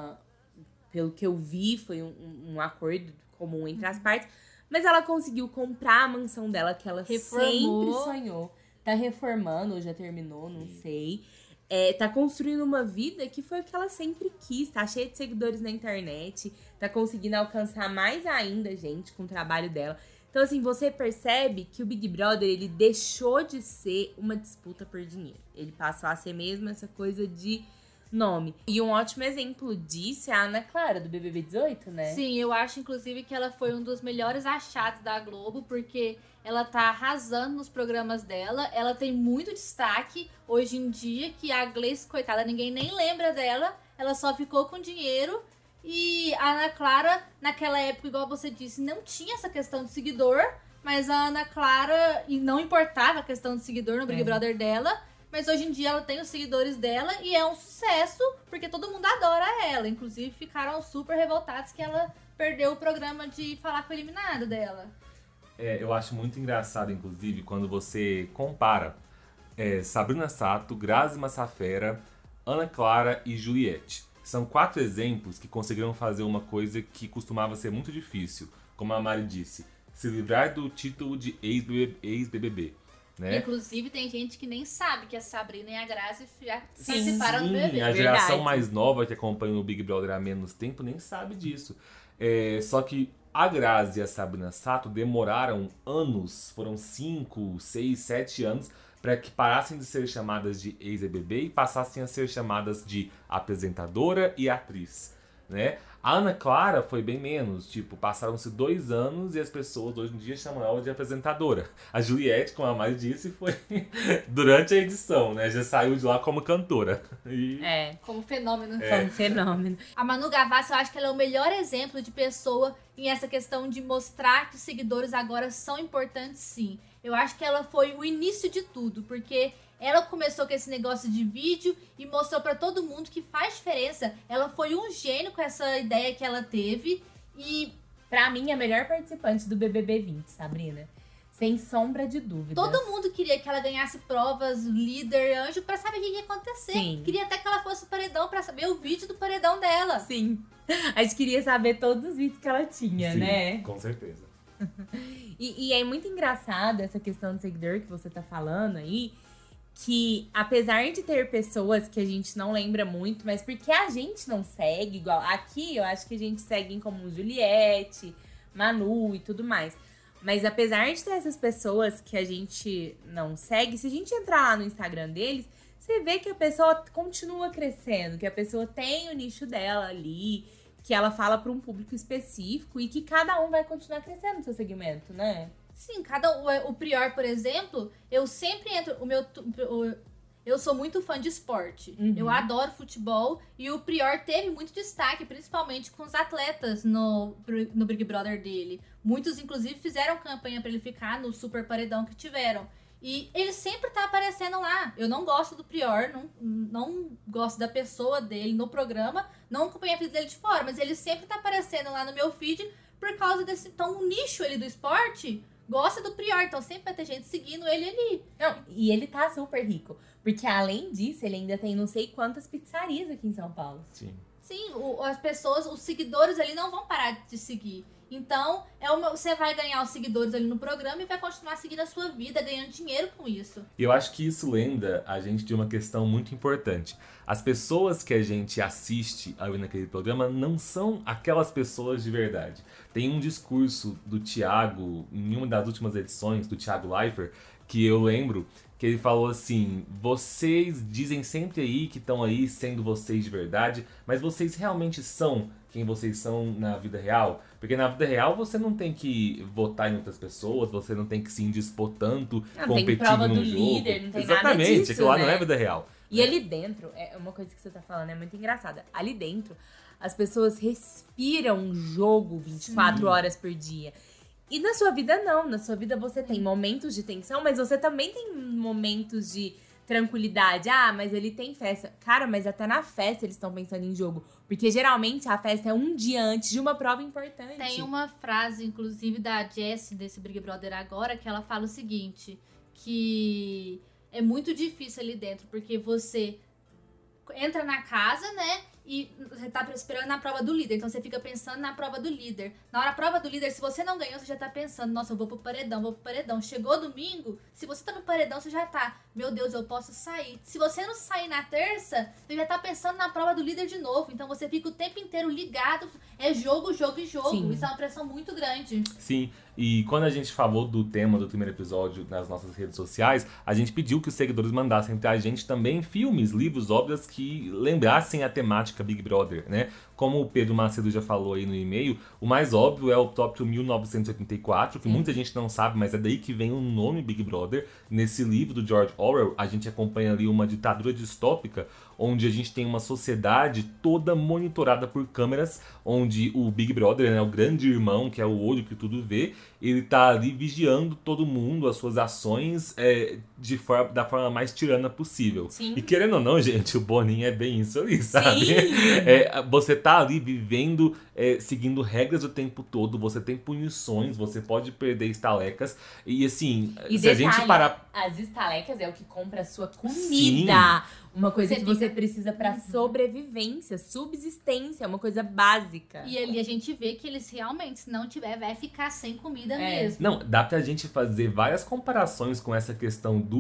pelo que eu vi, foi um acordo comum entre as partes, mas ela conseguiu comprar a mansão dela, que ela sempre sonhou. Tá reformando, ou já terminou, não sei. Tá construindo uma vida que foi o que ela sempre quis, tá cheia de seguidores na internet, tá conseguindo alcançar mais ainda, gente, com o trabalho dela. Então, assim, você percebe que o Big Brother, ele deixou de ser uma disputa por dinheiro. Ele passou a ser mesmo essa coisa de nome. E um ótimo exemplo disso é a Ana Clara, do BBB 18, né? Sim, eu acho, inclusive, que ela foi um dos melhores achados da Globo, porque ela tá arrasando nos programas dela, ela tem muito destaque hoje em dia, que a Gleice, coitada, ninguém nem lembra dela, ela só ficou com dinheiro. E a Ana Clara, naquela época, igual você disse, não tinha essa questão de seguidor, mas a Ana Clara, e não importava a questão de seguidor no Big Brother dela, mas hoje em dia ela tem os seguidores dela e é um sucesso, porque todo mundo adora ela. Inclusive, ficaram super revoltados que ela perdeu o programa de falar com o eliminado dela. Eu acho muito engraçado, inclusive, quando você compara Sabrina Sato, Grazi Massafera, Ana Clara e Juliette. São 4 exemplos que conseguiram fazer uma coisa que costumava ser muito difícil. Como a Mari disse, se livrar do título de ex-BBB. Né? Inclusive, tem gente que nem sabe que a Sabrina e a Grazi já participaram do BBB. A geração Verdade. mais nova que acompanha o Big Brother há menos tempo nem sabe disso. Só que a Grazi e a Sabrina Sato demoraram anos, foram 5, 6, 7 anos, para que parassem de ser chamadas de ex-BBB e passassem a ser chamadas de apresentadora e atriz. Né? A Ana Clara foi bem menos, tipo, passaram-se 2 anos e as pessoas hoje em dia chamam ela de apresentadora. A Juliette, como a Mari disse, foi durante a edição, né? Já saiu de lá como cantora. E... Como fenômeno. Como fenômeno. A Manu Gavassi, eu acho que ela é o melhor exemplo de pessoa em essa questão de mostrar que os seguidores agora são importantes, sim. Eu acho que ela foi o início de tudo, porque ela começou com esse negócio de vídeo e mostrou pra todo mundo que faz diferença. Ela foi um gênio com essa ideia que ela teve e... Pra mim, a melhor participante do BBB 20, Sabrina. Sem sombra de dúvida. Todo mundo queria que ela ganhasse provas, líder, anjo, pra saber o que ia acontecer. Sim. Queria até que ela fosse o paredão pra saber o vídeo do paredão dela. Sim. A gente queria saber todos os vídeos que ela tinha, Sim, né? com certeza. E é muito engraçado essa questão do seguidor que você tá falando aí, que apesar de ter pessoas que a gente não lembra muito, mas porque a gente não segue, igual aqui eu acho que a gente segue em comum Juliette, Manu e tudo mais. Mas apesar de ter essas pessoas que a gente não segue, se a gente entrar lá no Instagram deles, você vê que a pessoa continua crescendo, que a pessoa tem o nicho dela ali, que ela fala para um público específico e que cada um vai continuar crescendo no seu segmento, né? Sim, o Prior, por exemplo, eu sempre entro. Eu sou muito fã de esporte. Uhum. Eu adoro futebol. E o Prior teve muito destaque, principalmente com os atletas no Big Brother dele. Muitos, inclusive, fizeram campanha pra ele ficar no super paredão que tiveram. E ele sempre tá aparecendo lá. Eu não gosto do Prior, não gosto da pessoa dele no programa, não acompanho a vida dele de fora, mas ele sempre tá aparecendo lá no meu feed por causa desse... Então, o nicho ali do esporte gosta do Prior, então sempre vai ter gente seguindo ele ali. Não, e ele tá super rico. Porque além disso, ele ainda tem não sei quantas pizzarias aqui em São Paulo. Sim. Sim, as pessoas, os seguidores ali não vão parar de te seguir. Então, você vai ganhar os seguidores ali no programa e vai continuar seguindo a sua vida, ganhando dinheiro com isso. E eu acho que isso lembra a gente de uma questão muito importante. As pessoas que a gente assiste ali naquele programa não são aquelas pessoas de verdade. Tem um discurso do Thiago, em uma das últimas edições, do Thiago Leifert, que eu lembro que ele falou assim: vocês dizem sempre aí que estão aí sendo vocês de verdade, mas vocês realmente são quem vocês são na vida real? Porque na vida real você não tem que votar em outras pessoas, você não tem que se indispor tanto, competindo prova num do jogo. líder, não tem Exatamente, nada disso, aquilo lá né? não é vida real. E ali dentro, é uma coisa que você tá falando, é muito engraçada. Ali dentro, as pessoas respiram um jogo 24 horas por dia. E na sua vida, não. Na sua vida você tem momentos de tensão, mas você também tem momentos de tranquilidade. Ah, mas ele tem festa. Cara, mas até na festa eles estão pensando em jogo. Porque geralmente a festa é um dia antes de uma prova importante. Tem uma frase, inclusive, da Jessie, desse Big Brother agora, que ela fala o seguinte, que é muito difícil ali dentro, porque você entra na casa, né? E você tá esperando na prova do líder. Então você fica pensando na prova do líder. Na hora da prova do líder, se você não ganhou, você já tá pensando: nossa, eu vou pro paredão. Chegou domingo, se você tá no paredão, você já tá: meu Deus, eu posso sair. Se você não sair na terça, você já tá pensando na prova do líder de novo. Então você fica o tempo inteiro ligado. É jogo, jogo e jogo. Sim. Isso é uma pressão muito grande. Sim, e quando a gente falou do tema do primeiro episódio nas nossas redes sociais, a gente pediu que os seguidores mandassem pra gente também filmes, livros, obras que lembrassem a temática Big Brother, né? Como o Pedro Macedo já falou aí no e-mail, o mais óbvio é o Tóquio 1984, que muita gente não sabe, mas é daí que vem o nome Big Brother. Nesse livro do George Orwell, a gente acompanha ali uma ditadura distópica, onde a gente tem uma sociedade toda monitorada por câmeras, onde o Big Brother, né, o grande irmão, que é o olho que tudo vê, ele tá ali vigiando todo mundo, as suas ações da forma mais tirana possível. Sim. E querendo ou não, gente, o Boninho é bem isso ali, sabe? Sim. Você tá ali vivendo, seguindo regras o tempo todo, você tem punições, você pode perder estalecas. E assim, E se a detalhe, gente parar... As estalecas é o que compra a sua comida. Sim. Uma coisa Você que você fica- precisa pra sobrevivência, subsistência, uma coisa básica. E ali a gente vê que eles realmente, se não tiver, vai ficar sem comida mesmo. Não, dá pra gente fazer várias comparações com essa questão do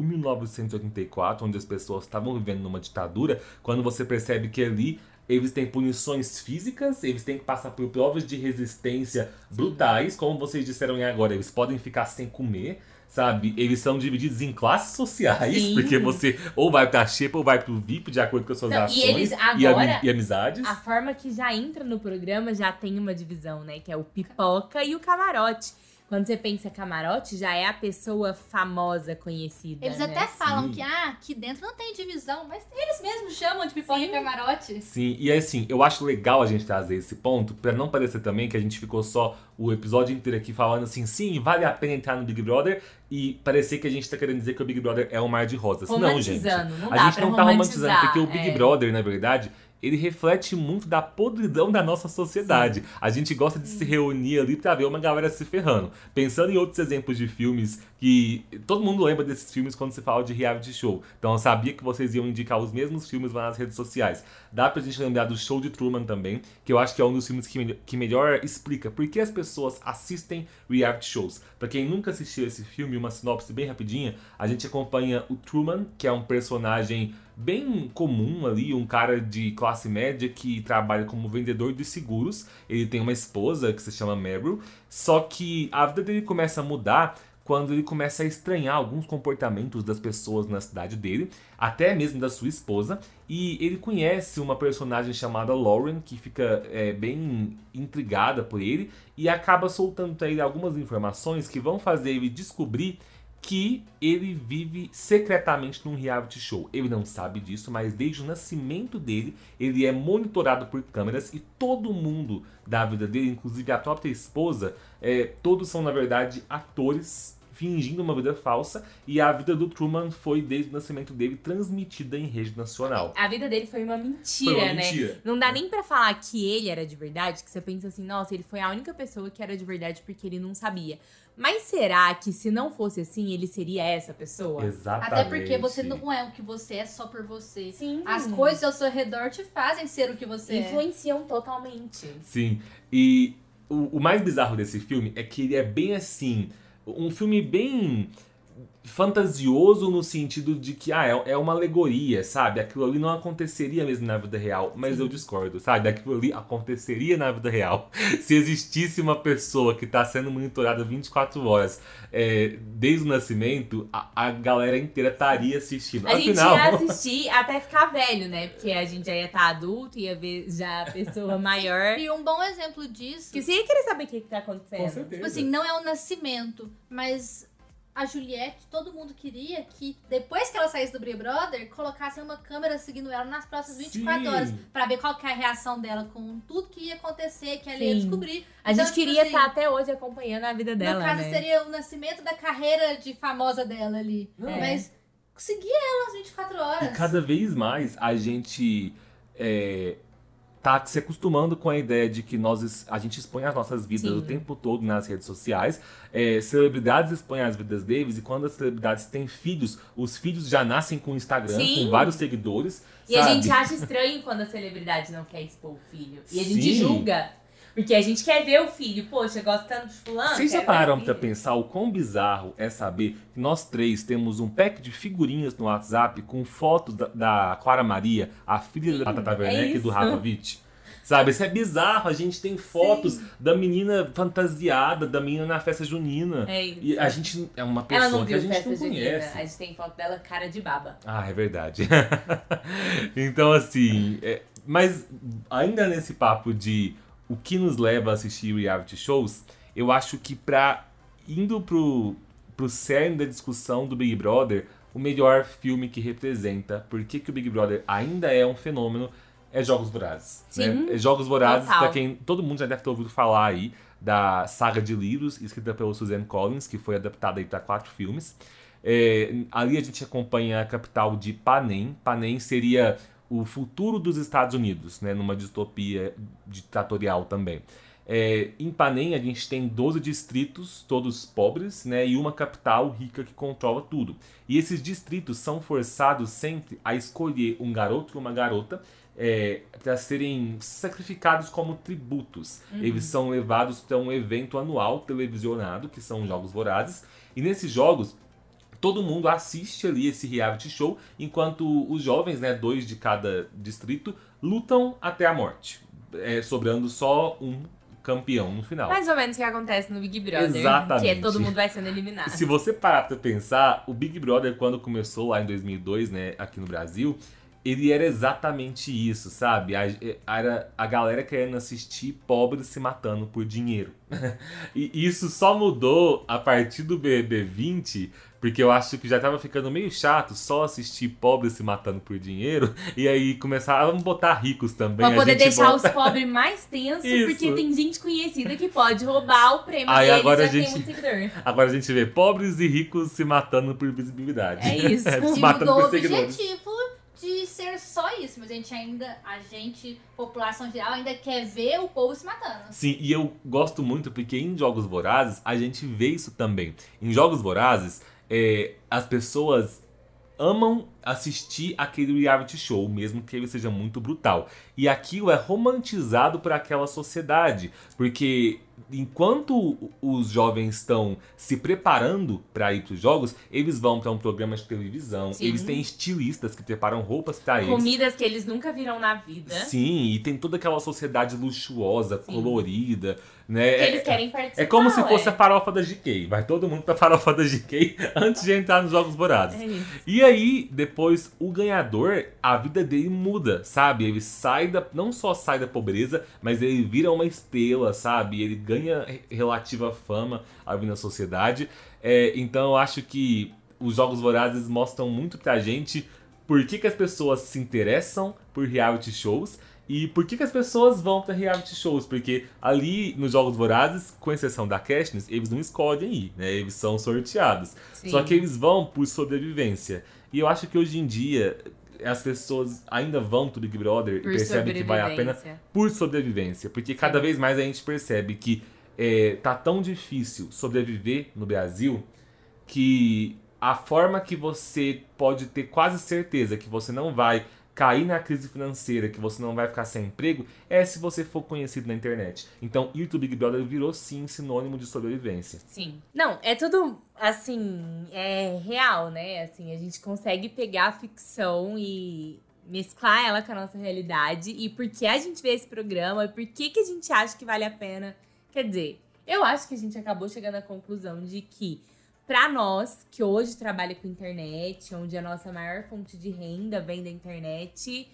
1984, onde as pessoas estavam vivendo numa ditadura, quando você percebe que ali eles têm punições físicas, eles têm que passar por provas de resistência brutais, como vocês disseram aí agora, eles podem ficar sem comer, sabe? Eles são divididos em classes sociais, Sim. porque você ou vai pra Xepa ou vai pro VIP, de acordo com as suas Não, e ações eles agora- e amizades. A forma que já entra no programa já tem uma divisão, né? Que é o pipoca e o camarote. Quando você pensa camarote, já é a pessoa famosa, conhecida. Eles né? até falam Sim. que aqui dentro não tem divisão, mas eles mesmos chamam de pipoca e camarote. Sim, e assim, eu acho legal a gente trazer esse ponto, pra não parecer também que a gente ficou só o episódio inteiro aqui falando assim, sim, vale a pena entrar no Big Brother, e parecer que a gente tá querendo dizer que o Big Brother é um mar de rosas. Não, gente. Romantizando, não A dá gente pra não tá romantizando, romantizar, porque o Big Brother, na verdade, ele reflete muito da podridão da nossa sociedade. A gente gosta de se reunir ali pra ver uma galera se ferrando. Pensando em outros exemplos de filmes que todo mundo lembra desses filmes quando se fala de reality show. Então eu sabia que vocês iam indicar os mesmos filmes lá nas redes sociais. Dá pra gente lembrar do Show de Truman também, que eu acho que é um dos filmes que melhor explica por que as pessoas assistem reality shows. Pra quem nunca assistiu esse filme, uma sinopse bem rapidinha, a gente acompanha o Truman, que é um personagem bem comum ali, um cara de classe média que trabalha como vendedor de seguros. Ele tem uma esposa que se chama Meryl, só que a vida dele começa a mudar quando ele começa a estranhar alguns comportamentos das pessoas na cidade dele, até mesmo da sua esposa, e ele conhece uma personagem chamada Lauren, que fica bem intrigada por ele, e acaba soltando pra ele algumas informações que vão fazer ele descobrir que ele vive secretamente num reality show. Ele não sabe disso, mas desde o nascimento dele, ele é monitorado por câmeras e todo mundo da vida dele, inclusive a própria esposa, todos são, na verdade, atores fingindo uma vida falsa, e a vida do Truman foi, desde o nascimento dele, transmitida em rede nacional. A vida dele foi uma mentira, Foi uma né? mentira. Não dá nem pra falar que ele era de verdade, que você pensa assim, nossa, ele foi a única pessoa que era de verdade porque ele não sabia. Mas será que se não fosse assim, ele seria essa pessoa? Exatamente. Até porque você não é o que você é só por você. Sim. As coisas ao seu redor te fazem ser o que você é. Influenciam totalmente. Sim, e o mais bizarro desse filme é que ele é bem assim, um filme bem fantasioso no sentido de que é uma alegoria, sabe? Aquilo ali não aconteceria mesmo na vida real, mas eu discordo, sabe? Aquilo ali aconteceria na vida real. Se existisse uma pessoa que tá sendo monitorada 24 horas desde o nascimento, a galera inteira estaria assistindo. A gente Afinal, ia assistir até ficar velho, né? Porque a gente já ia estar adulto, ia ver já a pessoa maior. E um bom exemplo disso, Que você ia querer saber o que tá acontecendo. com certeza. tipo assim, não é o nascimento, mas a Juliette, todo mundo queria que depois que ela saísse do Big Brother, colocassem uma câmera seguindo ela nas próximas 24 Sim. horas, pra ver qual que é a reação dela com tudo que ia acontecer, que ela ia Sim. descobrir. A Então, gente tipo queria assim, estar até hoje acompanhando a vida dela, no caso, né? seria o nascimento da carreira de famosa dela ali. Não. Mas seguia ela às 24 horas. E cada vez mais a gente tá se acostumando com a ideia de que a gente expõe as nossas vidas Sim. o tempo todo nas redes sociais. Celebridades expõem as vidas deles, e quando as celebridades têm filhos, os filhos já nascem com Instagram, Sim. com vários seguidores. E sabe? a gente acha estranho quando a celebridade não quer expor o filho. E a gente Sim. julga. Porque a gente quer ver o filho. Poxa, gosto tanto de fulano. Vocês já quero ver o pararam filho. pra pensar o quão bizarro é saber que nós três temos um pack de figurinhas no WhatsApp com fotos da Clara Maria, a filha da Tata Werneck e do isso. Rafa Witt? Sabe, isso é bizarro. A gente tem fotos da menina fantasiada, da menina na festa junina. É isso. E a gente é uma Ela pessoa não que a viu gente festa não junina. conhece. A gente tem foto dela cara de baba. Ah, é verdade. Então, assim, mas ainda nesse papo de o que nos leva a assistir reality shows, eu acho que indo pro cerne da discussão do Big Brother, o melhor filme que representa por que o Big Brother ainda é um fenômeno é Jogos Vorazes. Sim, Né? Jogos Vorazes, total. pra quem todo mundo já deve ter ouvido falar aí, da saga de livros escrita pela Suzanne Collins, que foi adaptada aí pra 4 filmes. Ali a gente acompanha a capital de Panem. Panem seria o futuro dos Estados Unidos, né, numa distopia ditatorial também. Em Panem a gente tem 12 distritos, todos pobres, né? E uma capital rica que controla tudo. E esses distritos são forçados sempre a escolher um garoto e uma garota para serem sacrificados como tributos. Eles são levados para um evento anual televisionado, que são os Jogos Vorazes. E nesses jogos, todo mundo assiste ali esse reality show, enquanto os jovens, né, 2 de cada distrito, lutam até a morte. Sobrando só um campeão no final. Mais ou menos o que acontece no Big Brother. Exatamente. Que todo mundo vai sendo eliminado. Se você parar pra pensar, o Big Brother, quando começou lá em 2002, né, aqui no Brasil, ele era exatamente isso, sabe? Era a galera querendo assistir pobres se matando por dinheiro. E isso só mudou a partir do BBB 20, porque eu acho que já tava ficando meio chato só assistir pobres se matando por dinheiro. E aí começaram, vamos botar ricos também. Pra poder deixar os pobres mais tensos, porque tem gente conhecida que pode roubar o prêmio aí deles, agora tem muito seguidor. Agora a gente vê pobres e ricos se matando por visibilidade. É isso. Se matando por seguidores. Objetivo de ser só isso, mas a gente, população geral, ainda quer ver o povo se matando. Sim, e eu gosto muito porque em Jogos Vorazes a gente vê isso também. Em Jogos Vorazes, as pessoas amam assistir aquele reality show, mesmo que ele seja muito brutal. E aquilo é romantizado por aquela sociedade, porque enquanto os jovens estão se preparando para ir para os jogos, eles vão para um programa de televisão, Sim. eles têm estilistas que preparam roupas para eles. Comidas que eles nunca viram na vida. Sim, e tem toda aquela sociedade luxuosa, colorida, né? Que eles querem participar. É como se fosse a farofa da GK. Vai todo mundo pra farofa da GK antes de entrar nos Jogos Vorazes. É isso. E aí, depois, o ganhador, a vida dele muda, sabe? Ele não só sai da pobreza, mas ele vira uma estrela, sabe? Ele ganha relativa fama ali na sociedade. Então eu acho que os Jogos Vorazes mostram muito pra gente por que as pessoas se interessam por reality shows e por que as pessoas vão pra reality shows. Porque ali nos Jogos Vorazes, com exceção da Katniss, eles não escolhem ir, né? Eles são sorteados. Sim. Só que eles vão por sobrevivência. E eu acho que hoje em dia as pessoas ainda vão pro Big Brother e percebem que vale a pena por sobrevivência. Porque cada vez mais a gente percebe que tá tão difícil sobreviver no Brasil que a forma que você pode ter quase certeza que você não vai cair na crise financeira, que você não vai ficar sem emprego, é se você for conhecido na internet. Então, ir pro Big Brother virou, sim, sinônimo de sobrevivência. Sim. Não, é tudo, assim, real, né? Assim, a gente consegue pegar a ficção e mesclar ela com a nossa realidade. E por que a gente vê esse programa, e por que a gente acha que vale a pena. Quer dizer, eu acho que a gente acabou chegando à conclusão de que, pra nós, que hoje trabalha com internet, onde a nossa maior fonte de renda vem da internet,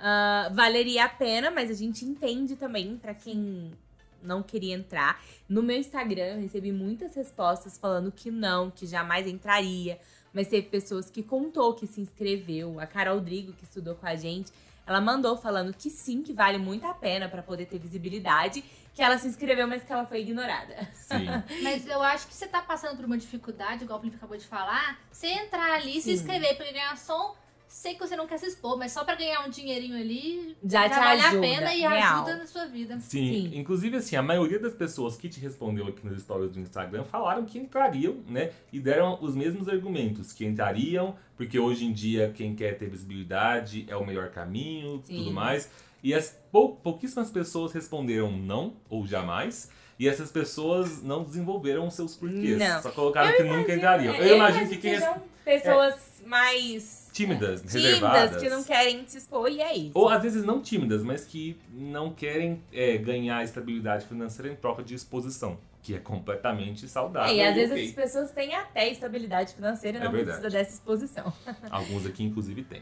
valeria a pena, mas a gente entende também pra quem não queria entrar. No meu Instagram, eu recebi muitas respostas falando que não, que jamais entraria, mas teve pessoas que contou que se inscreveu. A Carol Drigo, que estudou com a gente, ela mandou falando que sim, que vale muito a pena pra poder ter visibilidade, que ela se inscreveu, mas que ela foi ignorada. Sim. Mas eu acho que você tá passando por uma dificuldade, igual o Felipe acabou de falar, você entrar ali, se inscrever pra ganhar som, sei que você não quer se expor, mas só pra ganhar um dinheirinho ali, Já te vale ajuda, a pena e real. ajuda na sua vida. Sim. Inclusive, assim, a maioria das pessoas que te respondeu aqui nos stories do Instagram falaram que entrariam, né? E deram os mesmos argumentos, que entrariam, porque hoje em dia quem quer ter visibilidade é o melhor caminho, tudo mais. E as pouquíssimas pessoas responderam não ou jamais. E essas pessoas não desenvolveram seus porquês. Não. Só colocaram que nunca entrariam. Eu imagino que quem sejam pessoas mais tímidas, reservadas, que não querem se expor, e é isso. ou às vezes não tímidas, mas que não querem ganhar estabilidade financeira em troca de exposição, que é completamente saudável. E às vezes ok. essas pessoas têm até estabilidade financeira e não verdade. precisa dessa exposição. Alguns aqui, inclusive, têm.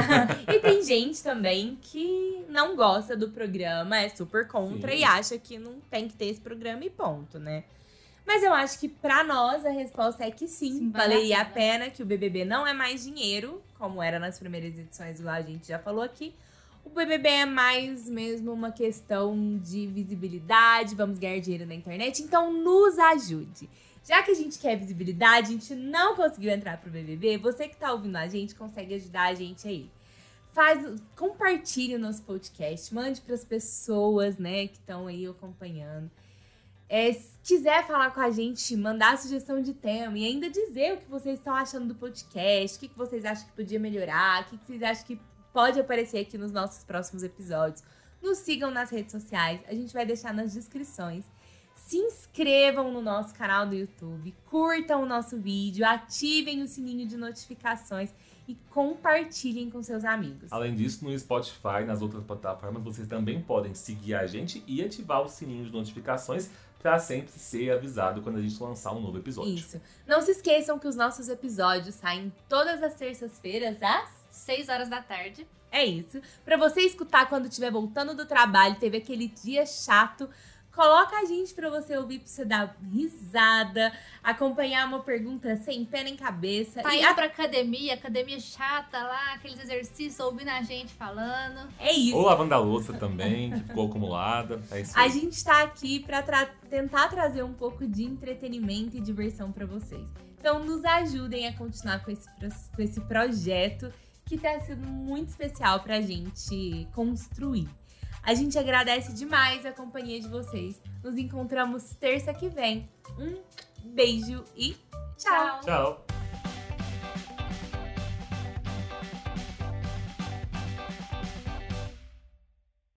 E tem gente também que não gosta do programa, é super contra Sim. e acha que não tem que ter esse programa e ponto, né? Mas eu acho que pra nós a resposta é que sim, valeria a pena, que o BBB não é mais dinheiro, como era nas primeiras edições, igual a gente já falou aqui. O BBB é mais mesmo uma questão de visibilidade, vamos ganhar dinheiro na internet, então nos ajude. Já que a gente quer visibilidade, a gente não conseguiu entrar pro BBB, você que tá ouvindo a gente consegue ajudar a gente aí. Compartilhe o nosso podcast, mande para as pessoas, né, que estão aí acompanhando. Se quiser falar com a gente, mandar sugestão de tema e ainda dizer o que vocês estão achando do podcast, o que vocês acham que podia melhorar, o que vocês acham que pode aparecer aqui nos nossos próximos episódios. Nos sigam nas redes sociais, a gente vai deixar nas descrições. Se inscrevam no nosso canal do YouTube, curtam o nosso vídeo, ativem o sininho de notificações e compartilhem com seus amigos. Além disso, no Spotify, nas outras plataformas, vocês também podem seguir a gente e ativar o sininho de notificações para sempre ser avisado quando a gente lançar um novo episódio. Isso. Não se esqueçam que os nossos episódios saem todas as terças-feiras às 6 horas da tarde. É isso. Pra você escutar quando estiver voltando do trabalho, teve aquele dia chato, coloca a gente pra você ouvir, pra você dar risada, acompanhar uma pergunta sem pé nem cabeça. Tá indo pra academia chata lá, aqueles exercícios, ouvindo a gente falando. É isso. Ou lavando a louça também, que ficou acumulada. É isso aí. A gente tá aqui pra tentar trazer um pouco de entretenimento e diversão pra vocês. Então nos ajudem a continuar com esse projeto que tá sendo muito especial pra gente construir. A gente agradece demais a companhia de vocês. Nos encontramos terça que vem. Um beijo e tchau! Tchau!